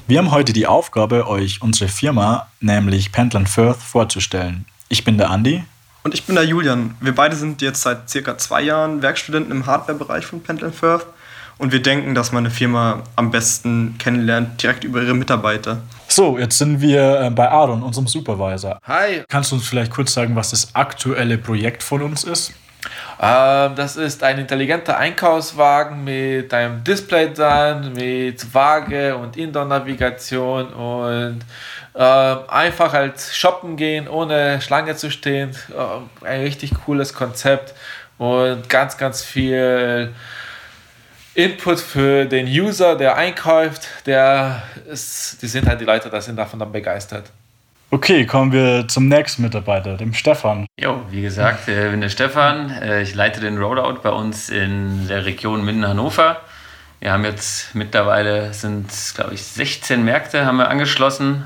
Wir haben heute die Aufgabe, euch unsere Firma, nämlich Pendle & Firth, vorzustellen. Ich bin der Andi. Und ich bin der Julian. Wir beide sind jetzt seit circa 2 Jahren Werkstudenten im Hardware-Bereich von Pendle & Firth. Und wir denken, dass man eine Firma am besten kennenlernt, direkt über ihre Mitarbeiter. So, jetzt sind wir bei Aaron, unserem Supervisor. Hi. Kannst du uns vielleicht kurz sagen, was das aktuelle Projekt von uns ist? Das ist ein intelligenter Einkaufswagen mit einem Display dran, mit Waage und Indoor-Navigation und einfach als shoppen gehen, ohne Schlange zu stehen. Ein richtig cooles Konzept und ganz, ganz viel Input für den User, der einkauft. Die sind halt die Leute, die sind davon dann begeistert. Okay, kommen wir zum nächsten Mitarbeiter, dem Stefan. Jo, wie gesagt, ich bin der Stefan. Ich leite den Rollout bei uns in der Region Minden-Hannover. Wir haben jetzt mittlerweile, glaube ich, 16 Märkte haben wir angeschlossen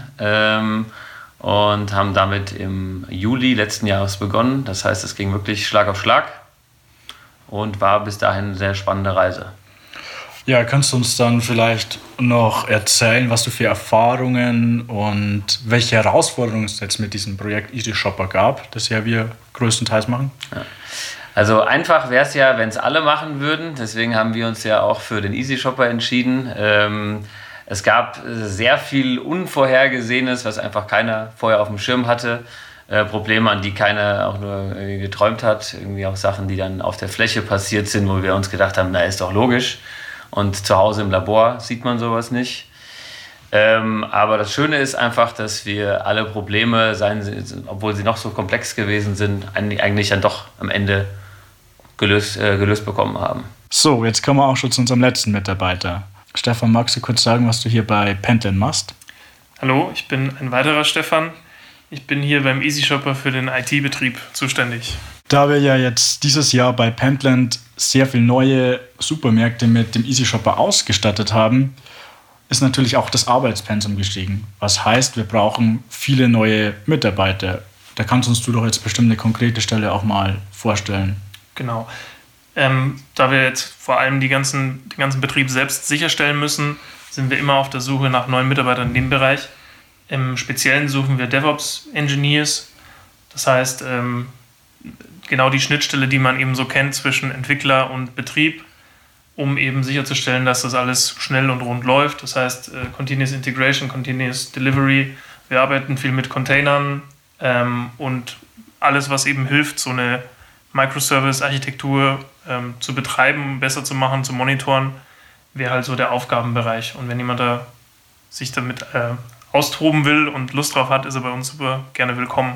und haben damit im Juli letzten Jahres begonnen. Das heißt, es ging wirklich Schlag auf Schlag und war bis dahin eine sehr spannende Reise. Ja, kannst du uns dann vielleicht noch erzählen, was du für Erfahrungen und welche Herausforderungen es jetzt mit diesem Projekt Easy Shopper gab, das ja wir größtenteils machen? Ja. Also einfach wäre es ja, wenn es alle machen würden. Deswegen haben wir uns ja auch für den Easy Shopper entschieden. Es gab sehr viel Unvorhergesehenes, was einfach keiner vorher auf dem Schirm hatte. Probleme, an die keiner auch nur geträumt hat. Irgendwie auch Sachen, die dann auf der Fläche passiert sind, wo wir uns gedacht haben, na, ist doch logisch. Und zu Hause im Labor sieht man sowas nicht. Aber das Schöne ist einfach, dass wir alle Probleme, obwohl sie noch so komplex gewesen sind, eigentlich dann doch am Ende gelöst bekommen haben. So, jetzt kommen wir auch schon zu unserem letzten Mitarbeiter. Stefan, magst du kurz sagen, was du hier bei Pendle machst? Hallo, ich bin ein weiterer Stefan. Ich bin hier beim Easy Shopper für den IT-Betrieb zuständig. Da wir ja jetzt dieses Jahr bei Pendle sehr viele neue Supermärkte mit dem Easy Shopper ausgestattet haben, ist natürlich auch das Arbeitspensum gestiegen. Was heißt, wir brauchen viele neue Mitarbeiter. Da kannst uns du doch jetzt bestimmt eine konkrete Stelle auch mal vorstellen. Genau. Da wir jetzt vor allem den ganzen Betrieb selbst sicherstellen müssen, sind wir immer auf der Suche nach neuen Mitarbeitern in dem Bereich. Im Speziellen suchen wir DevOps-Engineers. Das heißt, genau die Schnittstelle, die man eben so kennt zwischen Entwickler und Betrieb, um eben sicherzustellen, dass das alles schnell und rund läuft. Das heißt, Continuous Integration, Continuous Delivery. Wir arbeiten viel mit Containern und alles, was eben hilft, so eine Microservice-Architektur zu betreiben, besser zu machen, zu monitoren, wäre halt so der Aufgabenbereich. Und wenn jemand da sich damit austoben will und Lust drauf hat, ist er bei uns super gerne willkommen.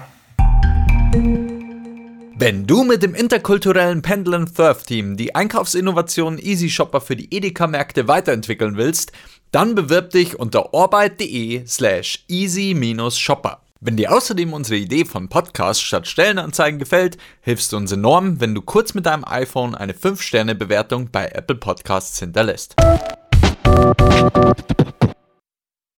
Wenn du mit dem interkulturellen Pendle & Firth Team die Einkaufsinnovation Easy Shopper für die Edeka-Märkte weiterentwickeln willst, dann bewirb dich unter orbeit.de/easy-shopper. Wenn dir außerdem unsere Idee von Podcast statt Stellenanzeigen gefällt, hilfst du uns enorm, wenn du kurz mit deinem iPhone eine 5-Sterne-Bewertung bei Apple Podcasts hinterlässt.